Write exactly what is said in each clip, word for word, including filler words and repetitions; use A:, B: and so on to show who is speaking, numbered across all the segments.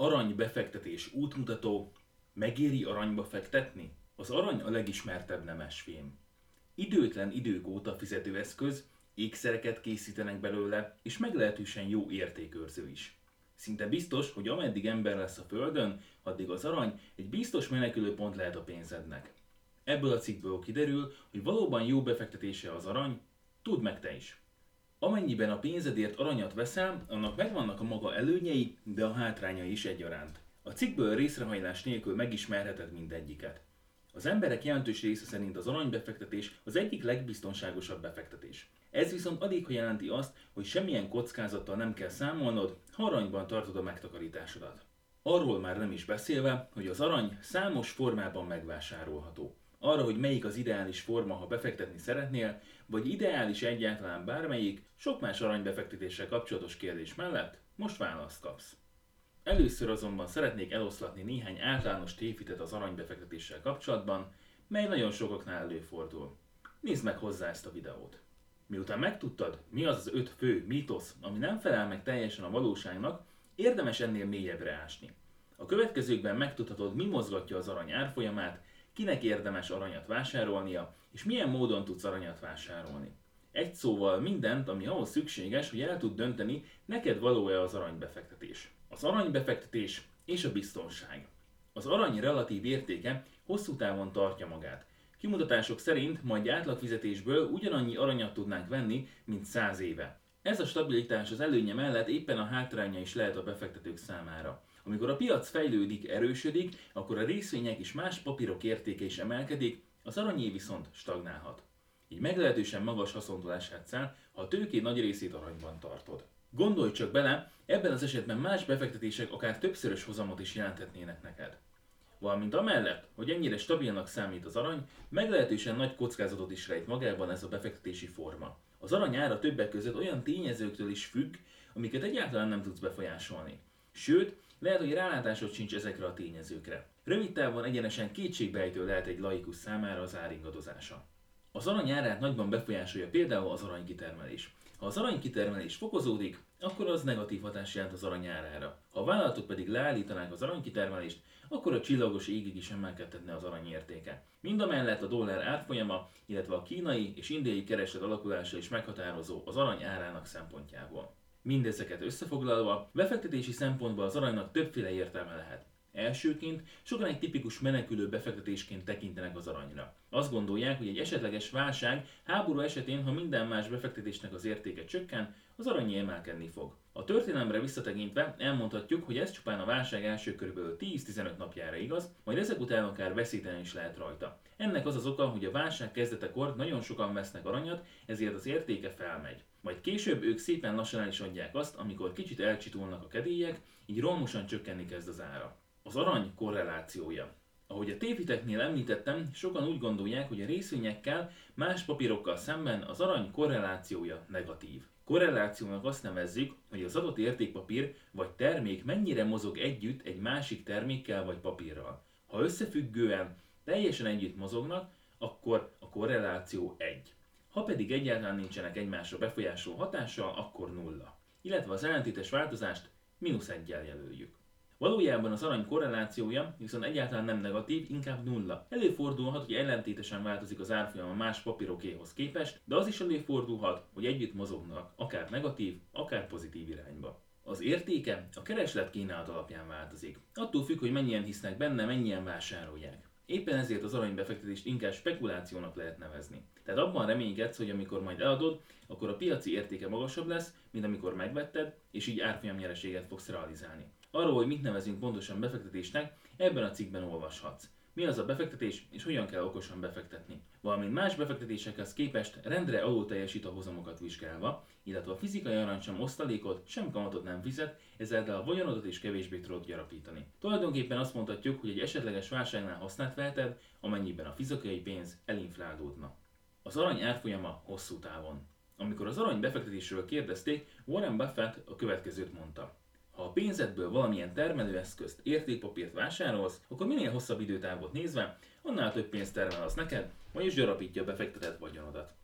A: Arany befektetés útmutató, megéri aranyba fektetni? Az arany a legismertebb nemesfém. Időtlen idők óta fizetőeszköz, ékszereket készítenek belőle, és meglehetősen jó értékőrző is. Szinte biztos, hogy ameddig ember lesz a földön, addig az arany egy biztos menekülőpont lehet a pénzednek. Ebből a cikkből kiderül, hogy valóban jó befektetése az arany, tudd meg te is. Amennyiben a pénzedért aranyat veszel, annak megvannak a maga előnyei, de a hátrányai is egyaránt. A cikkből részrehajlás nélkül megismerheted mindegyiket. Az emberek jelentős része szerint az aranybefektetés az egyik legbiztonságosabb befektetés. Ez viszont alig ha jelenti azt, hogy semmilyen kockázattal nem kell számolnod, ha aranyban tartod a megtakarításodat. Arról már nem is beszélve, hogy az arany számos formában megvásárolható. Arra, hogy melyik az ideális forma, ha befektetni szeretnél, vagy ideális egyáltalán bármelyik, sok más aranybefektetéssel kapcsolatos kérdés mellett most választ kapsz. Először azonban szeretnék eloszlatni néhány általános tévhitet az aranybefektetéssel kapcsolatban, mely nagyon sokaknál előfordul. Nézd meg hozzá ezt a videót. Miután megtudtad, mi az az öt fő mítosz, ami nem felel meg teljesen a valóságnak, érdemes ennél mélyebbre ásni. A következőkben megtudhatod, mi mozgatja az arany árfolyamát, kinek érdemes aranyat vásárolnia, és milyen módon tudsz aranyat vásárolni. Egy szóval mindent, ami ahhoz szükséges, hogy el tud dönteni, neked való-e az aranybefektetés. Az aranybefektetés és a biztonság. Az arany relatív értéke hosszú távon tartja magát. Kimutatások szerint majd átlagfizetésből ugyanannyi aranyat tudnánk venni, mint száz éve. Ez a stabilitás az előnye mellett éppen a hátránya is lehet a befektetők számára. Amikor a piac fejlődik, erősödik, akkor a részvények és más papírok értéke is emelkedik, az aranyé viszont stagnálhat. Így meglehetősen magas haszont látsz el, ha a tőkéd nagy részét aranyban tartod. Gondolj csak bele, ebben az esetben más befektetések akár többszörös hozamot is jelenthetnének neked. Valamint amellett, hogy ennyire stabilnak számít az arany, meglehetősen nagy kockázatot is rejt magában ez a befektetési forma. Az arany ára többek között olyan tényezőktől is függ, amiket egyáltalán nem tudsz befolyásolni. Sőt, lehet, hogy rálátásod sincs ezekre a tényezőkre. Rövid távon egyenesen kétségbeejtő lehet egy laikus számára az áringadozása. Az arany árát nagyban befolyásolja például az aranykitermelés. Ha az aranykitermelés fokozódik, akkor az negatív hatás jelent az arany árára. Ha a vállalatok pedig leállítanák az aranykitermelést, akkor a csillagos égig is emelkedhetne az arany értéke. Mindamellett a dollár árfolyama, illetve a kínai és indiai kereslet alakulása is meghatározó az arany árának szempontjából. Mindezeket összefoglalva, befektetési szempontból az aranynak többféle értelme lehet. Elsőként sokan egy tipikus menekülő befektetésként tekintenek az aranyra. Azt gondolják, hogy egy esetleges válság, háború esetén, ha minden más befektetésnek az értéke csökken, az arany emelkedni fog. A történelemre visszatekintve elmondhatjuk, hogy ez csupán a válság első kb. tíz-tizenöt napjára igaz, majd ezek után akár veszíteni is lehet rajta. Ennek az az oka, hogy a válság kezdetekor nagyon sokan vesznek aranyat, ezért az értéke felmegy. Majd később ők szépen lassan el is adják azt, amikor kicsit elcsitulnak a kedélyek, így rohamosan csökkenni kezd az ára. Az arany korrelációja. Ahogy a tévhiteknél említettem, sokan úgy gondolják, hogy a részvényekkel, más papírokkal szemben az arany korrelációja negatív. Korrelációnak azt nevezzük, hogy az adott értékpapír vagy termék mennyire mozog együtt egy másik termékkel vagy papírral. Ha összefüggően, teljesen együtt mozognak, akkor a korreláció egy. Ha pedig egyáltalán nincsenek egymásra befolyásoló hatással, akkor nulla. Illetve az ellentétes változást mínusz eggyel jelöljük. Valójában az arany korrelációja viszont egyáltalán nem negatív, inkább nulla. Előfordulhat, hogy ellentétesen változik az árfolyam a más papírokéhoz képest, de az is előfordulhat, hogy együtt mozognak, akár negatív, akár pozitív irányba. Az értéke a kereslet kínálat alapján változik. Attól függ, hogy mennyien hisznek benne, mennyien vásárolják. Éppen ezért az aranybefektetést inkább spekulációnak lehet nevezni. Tehát abban reménykedsz, hogy amikor majd eladod, akkor a piaci értéke magasabb lesz, mint amikor megvetted, és így árfolyamnyereséget fogsz realizálni. Arról, hogy mit nevezünk pontosan befektetésnek, ebben a cikkben olvashatsz. Mi az a befektetés, és hogyan kell okosan befektetni. Valamint más befektetésekhez képest rendre alul teljesít a hozamokat vizsgálva, illetve a fizikai arany sem osztalékot, sem kamatot nem fizet, ezáltal a vagyonodat is kevésbé tudod gyarapítani. Tulajdonképpen azt mondhatjuk, hogy egy esetleges válságnál hasznát veheted, amennyiben a fizikai pénz elinflálódna. Az arany árfolyama hosszú távon. Amikor az arany befektetésről kérdezték, Warren Buffett a következőt mondta. Ha a pénzedből valamilyen termelőeszközt, értékpapírt vásárolsz, akkor minél hosszabb időtávot nézve, annál több pénzt termel az neked, vagyis gyarapítja a befektetett vagyonodat.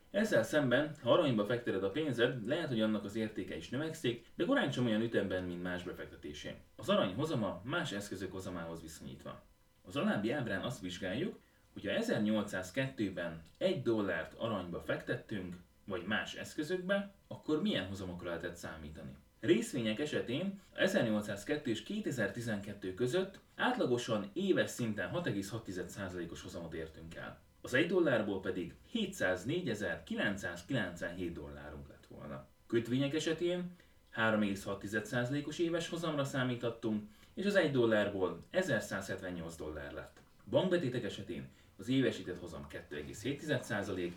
A: Ezzel szemben, ha aranyba fekteted a pénzed, lehet, hogy annak az értéke is növekszik, de korán sem olyan ütemben, mint más befektetésé. Az arany hozama más eszközök hozamához viszonyítva. Az alábbi ábrán azt vizsgáljuk, hogyha ezernyolcszázkettőben egy dollárt aranyba fektettünk, vagy más eszközökbe, akkor milyen hozamokra lehetett számítani. Részvények esetén ezernyolcszázkettő és kétezer-tizenkettő között átlagosan éves szinten hat egész hat százalékos hozamot értünk el. Az egy dollárból pedig hétszáznégyezer-kilencszázkilencvenhét dollárunk lett volna. Kötvények esetén három egész hat százalékos éves hozamra számítottunk, és az egy dollárból ezerszázhetvennyolc dollár lett. Bankbetétek esetén az évesített hozam kettő egész hét százalék,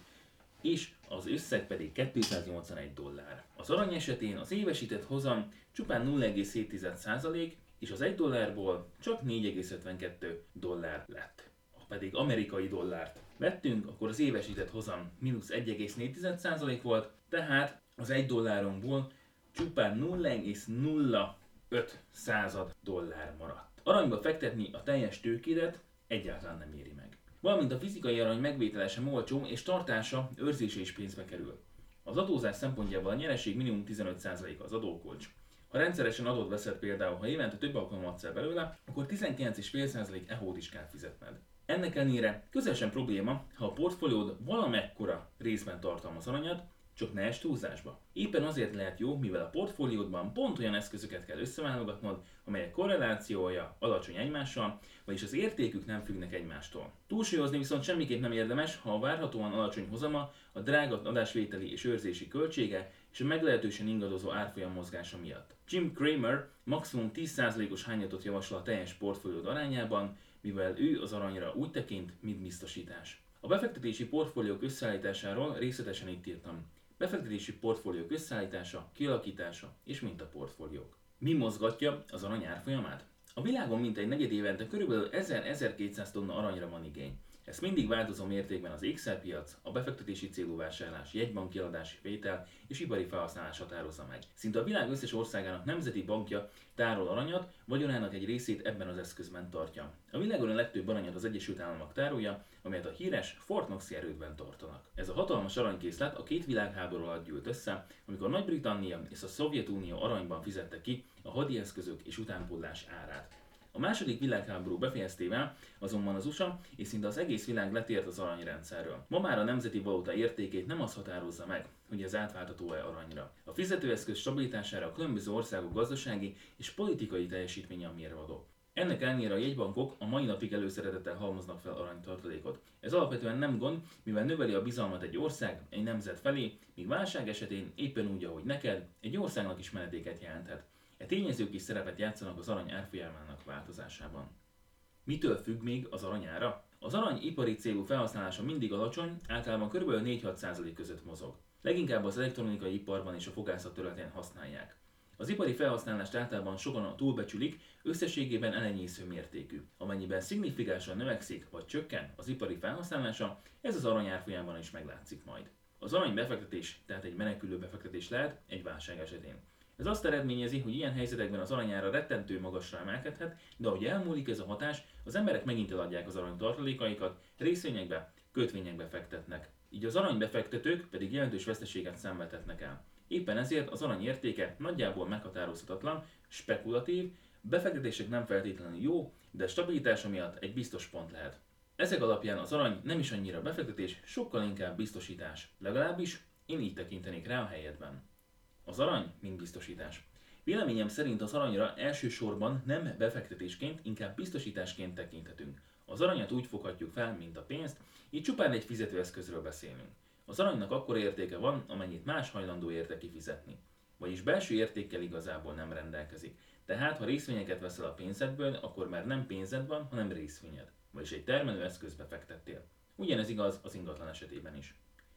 A: és az összeg pedig kétszáznyolcvanegy dollár. Az arany esetén az évesített hozam csupán nulla egész hét százalék, és az egy dollárból csak négy egész ötvenkettő dollár lett. Ha pedig amerikai dollárt vettünk, akkor az évesített hozam mínusz egy egész négy százalék volt, tehát az egy dollárunkból csupán nulla egész nulla öt század dollár maradt. Aranyba fektetni a teljes tőkédet egyáltalán nem éri meg. Valamint a fizikai arany megvétele sem olcsó, és tartása, őrzése is pénzbe kerül. Az adózás szempontjából a nyereség minimum tizenöt százaléka az adókulcs. Ha rendszeresen adót veszed például, ha évente több alkalommal adsz el belőle, akkor tizenkilenc egész öt százalék e hó-t is kell fizetned. Ennek ellenére közel sem probléma, ha a portfóliód valamekkora részben tartalmaz aranyat, csak ne es túlzásba. Éppen azért lehet jó, mivel a portfóliódban pont olyan eszközöket kell összeválogatnod, amelyek korrelációja alacsony egymással, vagyis az értékük nem függnek egymástól. Túlsúlyozni viszont semmiképp nem érdemes, ha a várhatóan alacsony hozama, a drága adásvételi és őrzési költsége és a meglehetősen ingadozó árfolyam mozgása miatt. Jim Cramer maximum tíz százalékos hányatot javasol a teljes portfóliód arányában, mivel ő az aranyra úgy tekint, mint biztosítás. A befektetési portfóliók összeállításáról részletesen itt írtam. Befektetési portfóliók összeállítása, kialakítása és mintaportfóliók. Mi mozgatja az arany árfolyamát? A világon mintegy negyed évente körülbelül ezer-ezerkétszáz tonna aranyra van igény. Ezt mindig változó mértékben az ékszerpiac, a befektetési célú vásárlás, jegybanki eladási vétel és ipari felhasználás határozza meg. Szinte a világ összes országának nemzeti bankja tárol aranyat, vagyonának egy részét ebben az eszközben tartja. A világon a legtöbb aranyat az Egyesült Államok tárolja, amelyet a híres Fort Knox-i erődben tartanak. Ez a hatalmas aranykészlet a két világháború alatt gyűlt össze, amikor Nagy-Britannia és a Szovjetunió aranyban fizette ki a hadieszközök és utánpótlás árát. A második világháború befejeztével azonban az u es á és szinte az egész világ letért az aranyrendszerről. Ma már a nemzeti valuta értékét nem az határozza meg, hogy ez átváltható-e aranyra. A fizetőeszköz stabilitására a különböző országok gazdasági és politikai teljesítménye a mérvadó. Ennek ellenére a jegybankok a mai napig előszeretettel halmoznak fel aranytartalékot. Ez alapvetően nem gond, mivel növeli a bizalmat egy ország, egy nemzet felé, míg válság esetén éppen úgy, ahogy neked, egy országnak is menedéket jelenthet. E tényezők is szerepet játszanak az arany árfolyamának változásában. Mitől függ még az arany ára? Az arany ipari célú felhasználása mindig alacsony, általában kb. négy-hat százalék között mozog. Leginkább az elektronikai iparban és a fogászat területén használják. Az ipari felhasználást általában sokan túlbecsülik, összességében elenyésző mértékű. Amennyiben szignifikánsan növekszik vagy csökken az ipari felhasználása, ez az arany árfolyamban is meglátszik majd. Az arany befektetés tehát egy menekülő befektetés lehet egy válság esetén. Ez azt eredményezi, hogy ilyen helyzetekben az aranyára rettentő magasra emelkedhet, de ahogy elmúlik ez a hatás, az emberek megint eladják az arany tartalékaikat, részvényekbe, kötvényekbe fektetnek. Így az aranybefektetők pedig jelentős veszteséget szenvedhetnek el. Éppen ezért az arany értéke nagyjából meghatározhatatlan, spekulatív, befektetések nem feltétlenül jó, de stabilitása miatt egy biztos pont lehet. Ezek alapján az arany nem is annyira befektetés, sokkal inkább biztosítás. Legalábbis én így tekintenék rá a helyedben. Az arany, mint biztosítás. Véleményem szerint az aranyra elsősorban nem befektetésként, inkább biztosításként tekinthetünk. Az aranyat úgy foghatjuk fel, mint a pénzt, így csupán egy fizetőeszközről beszélünk. Az aranynak akkora értéke van, amennyit más hajlandó érte kifizetni. Vagyis belső értékkel igazából nem rendelkezik. Tehát, ha részvényeket veszel a pénzedből, akkor már nem pénzed van, hanem részvényed. Vagyis egy termelőeszközbe fektettél. Ugyanez igaz az ingatlan esetében is.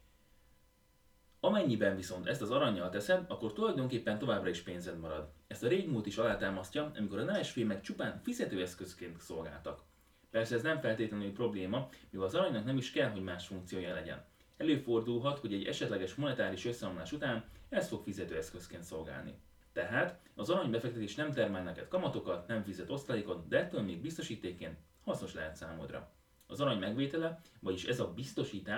A: Amennyiben viszont ezt az arannyal teszed, akkor tulajdonképpen továbbra is pénzed marad. Ezt a régmúlt is alátámasztja, amikor a nemesfémek csupán fizetőeszközként szolgáltak. Persze ez nem feltétlenül probléma, mivel az aranynak nem is kell, hogy más funkciója legyen. Előfordulhat, hogy egy esetleges monetáris összeomlás után ez fog fizetőeszközként szolgálni. Tehát az aranybefektetés nem termel neked kamatokat, nem fizet osztalékot, de ettől még biztosítékként hasznos lehet számodra. Az arany megvétele, vagyis ez a biztosítás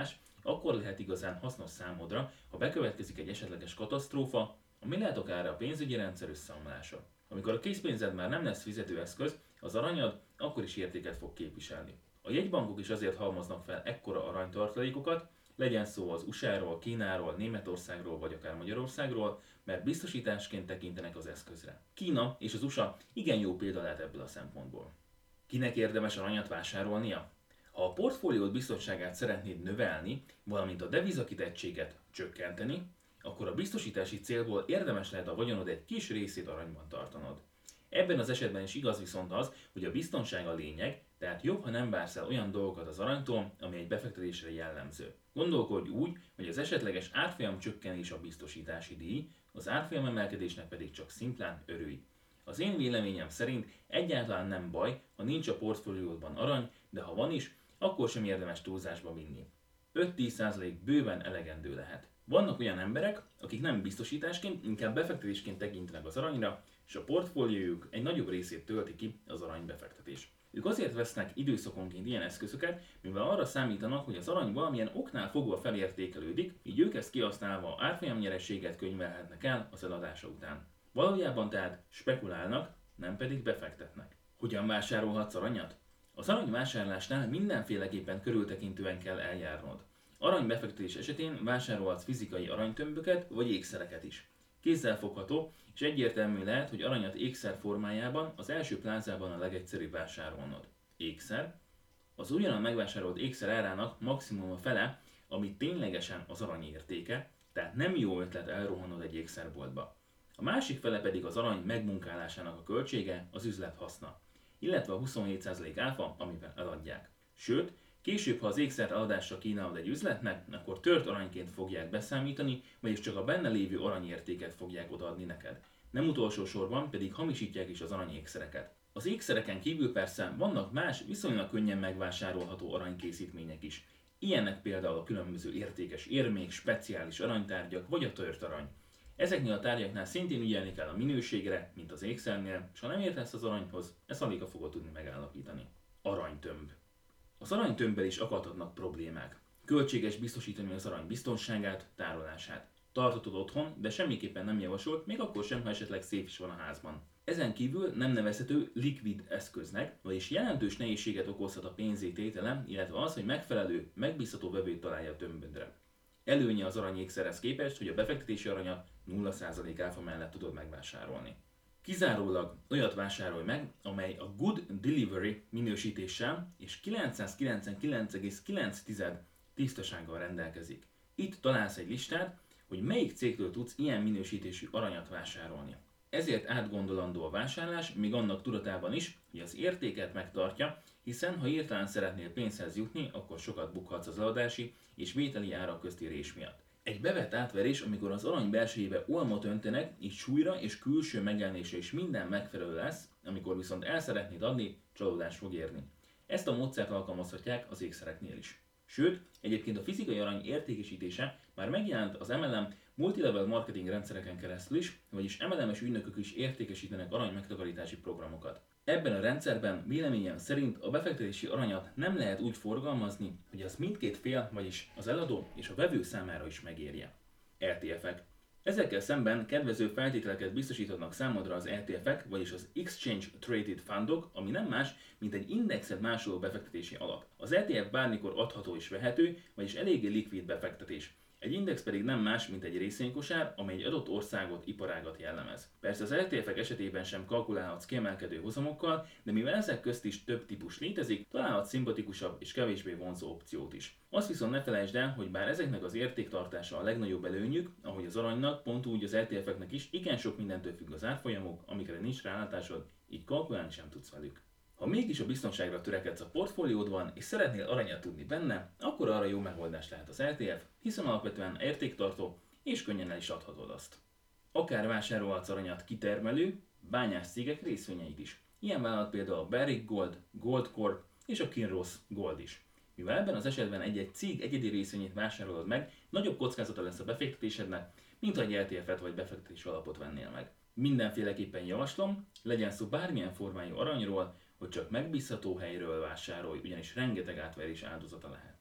A: akkor lehet igazán hasznos számodra, ha bekövetkezik egy esetleges katasztrófa, ami lehet akár a pénzügyi rendszer összeomlása. Amikor a készpénzed már nem lesz fizetőeszköz, az aranyad akkor is értéket fog képviselni. A jegybankok is azért halmoznak fel ekkora aranytartalékokat, legyen szó az u es á-ról, Kínáról, Németországról vagy akár Magyarországról, mert biztosításként tekintenek az eszközre. Kína és az u es á igen jó példa lehet ebből a szempontból. Kinek érdemes aranyat vásárolnia? Ha a portfóliód biztonságát szeretnéd növelni, valamint a devizakitettséget csökkenteni, akkor a biztosítási célból érdemes lehet a vagyonod egy kis részét aranyban tartanod. Ebben az esetben is igaz viszont az, hogy a biztonság a lényeg, tehát jobb, ha nem vársz el olyan dolgokat az aranytól, ami egy befektetésre jellemző. Gondolkodj úgy, hogy az esetleges árfolyam csökkenés a biztosítási díj, az árfolyam emelkedésnek pedig csak szimplán örülj. Az én véleményem szerint egyáltalán nem baj, ha nincs a portfóliódban arany, de ha van is, akkor sem érdemes túlzásba vinni. öt-tíz százalék bőven elegendő lehet. Vannak olyan emberek, akik nem biztosításként, inkább befektetésként tekintenek az aranyra, és a portfóliójuk egy nagyobb részét tölti ki az aranybefektetés. Ők azért vesznek időszakonként ilyen eszközöket, mivel arra számítanak, hogy az arany valamilyen oknál fogva felértékelődik, így ők ezt kihasználva árfolyamnyereséget könyvelhetnek el az eladása után. Valójában tehát spekulálnak, nem pedig befektetnek. Hogyan vásárolhatsz aranyat? Az aranyvásárlásnál mindenféleképpen körültekintően kell eljárnod. Aranybefektetés esetén vásárolhatsz fizikai aranytömböket vagy ékszereket is. Kézzelfogható és egyértelmű lehet, hogy aranyat ékszer formájában az első plázában a legegyszerűbb vásárolnod. Ékszer. Az ugyanan megvásárolt ékszer árának maximum a fele, ami ténylegesen az arany értéke, tehát nem jó ötlet elrohanod egy ékszerboltba. A másik fele pedig az arany megmunkálásának a költsége, az üzlet haszna, illetve a huszonhét százalék áfa, amivel eladják. Sőt, később, ha az ékszert eladásra kínálod egy üzletnek, akkor tört aranyként fogják beszámítani, vagyis csak a benne lévő aranyértéket fogják odaadni neked. Nem utolsó sorban pedig hamisítják is az aranyékszereket. Az ékszereken kívül persze vannak más, viszonylag könnyen megvásárolható aranykészítmények is. Ilyenek például a különböző értékes érmék, speciális aranytárgyak vagy a tört arany. Ezeknél a tárgyaknál szintén ügyelni kell a minőségre, mint az ékszernél, és ha nem értesz az aranyhoz, ezt alig fogod tudni megállapítani. Aranytömb. Az aranytömbbel is akadhatnak problémák. Költséges biztosítani az arany biztonságát, tárolását. Tarthatod otthon, de semmiképpen nem javasolt, még akkor sem, ha esetleg széf is van a házban. Ezen kívül nem nevezhető likvid eszköznek, vagyis jelentős nehézséget okozhat a pénzététele, illetve az, hogy megfelelő, megbízható vevőt találja a tömbödre. Előnye az aranyékszerhez képest, hogy a befektetési aranyat nulla százalék áfa mellett tudod megvásárolni. Kizárólag olyat vásárolj meg, amely a Good Delivery minősítéssel és kilencszázkilencvenkilenc egész kilenc tisztasággal rendelkezik. Itt találsz egy listát, hogy melyik cégtől tudsz ilyen minősítésű aranyat vásárolni. Ezért átgondolandó a vásárlás, még annak tudatában is, hogy az értéket megtartja, hiszen ha hirtelen szeretnél pénzhez jutni, akkor sokat bukhatsz az eladási és vételi árak közti rés miatt. Egy bevett átverés, amikor az arany belsejébe olmot öntenek, így súlyra és külső megjelenése is minden megfelelő lesz, amikor viszont el szeretnéd adni, csalódás fog érni. Ezt a módszert alkalmazhatják az ékszereknél is. Sőt, egyébként a fizikai arany értékesítése már megjelent az em el em multilevel marketing rendszereken keresztül is, vagyis em el em-es ügynökök is értékesítenek arany megtakarítási programokat. Ebben a rendszerben véleményem szerint a befektetési aranyat nem lehet úgy forgalmazni, hogy az mindkét fél, vagyis az eladó és a vevő számára is megérje. é té ef-ek. Ezekkel szemben kedvező feltételeket biztosíthatnak számodra az é té ef-ek, vagyis az Exchange Traded Fundok, ami nem más, mint egy indexet másoló befektetési alap. Az é té ef bármikor adható és vehető, vagyis eléggé likvid befektetés. Egy index pedig nem más, mint egy részvénykosár, amely egy adott országot, iparágat jellemez. Persze az é té ef-ek esetében sem kalkulálhatsz kiemelkedő hozamokkal, de mivel ezek közt is több típus létezik, találhatsz szimpatikusabb és kevésbé vonzó opciót is. Azt viszont ne felejtsd el, hogy bár ezeknek az értéktartása a legnagyobb előnyük, ahogy az aranynak, pont úgy az é té ef-eknek is igen sok mindentől függ az árfolyamok, amikre nincs rálátásod, így kalkulálni sem tudsz velük. Ha mégis a biztonságra törekedsz a portfóliódban és szeretnél aranyat tudni benne, akkor arra jó megoldás lehet az é té ef, hiszen alapvetően értéktartó és könnyen el is adhatod azt. Akár vásárolhatsz aranyat kitermelő, bányász cégek részvényeit is. Ilyen vállalat például a Barrick Gold, Goldcorp és a Kinross Gold is. Mivel ebben az esetben egy-egy cég egyedi részvényét vásárolod meg, nagyobb kockázata lesz a befektetésednek, mint ha egy é té ef-et vagy befektetési alapot vennél meg. Mindenféleképpen javaslom, legyen szó bármilyen formájú aranyról, hogy csak megbízható helyről vásárolj, ugyanis rengeteg átverés áldozata lehetsz.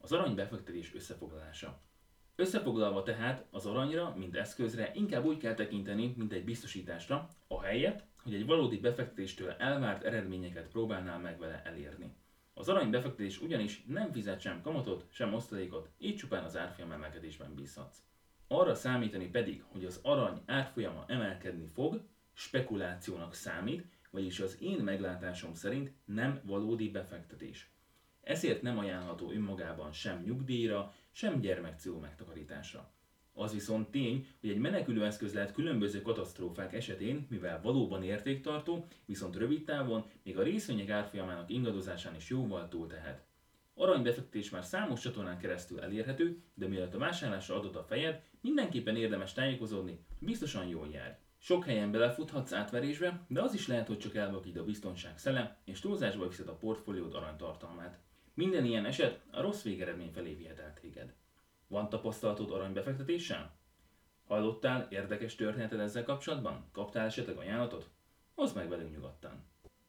A: Az arany befektetés összefoglalása. Összefoglalva tehát az aranyra, mint eszközre inkább úgy kell tekinteni, mint egy biztosításra, ahelyett, hogy egy valódi befektetéstől elvárt eredményeket próbálnál meg vele elérni. Az arany befektetés ugyanis nem fizet sem kamatot, sem osztalékot, így csupán az árfolyam emelkedésben bízhatsz. Arra számítani pedig, hogy az arany árfolyama emelkedni fog, spekulációnak számít, vagyis az én meglátásom szerint nem valódi befektetés. Ezért nem ajánlható önmagában sem nyugdíjra, sem gyermekcélú megtakarításra. Az viszont tény, hogy egy menekülő eszköz lehet különböző katasztrófák esetén, mivel valóban értéktartó, viszont rövid távon még a részvények árfolyamának ingadozásán is jóval túltehet. Aranybefektetés már számos csatornán keresztül elérhető, de mielőtt a vásárlásra adod a fejed, mindenképpen érdemes tájékozódni, biztosan jól jár. Sok helyen belefuthatsz átverésbe, de az is lehet, hogy csak elvakít a biztonság szele, és túlzásba viszed a portfóliód aranytartalmát. Minden ilyen eset a rossz végeredmény felé vihet el téged. Van tapasztalatod aranybefektetéssel? Hallottál érdekes történeted ezzel kapcsolatban? Kaptál esetleg ajánlatot? Oszd meg velünk nyugodtan!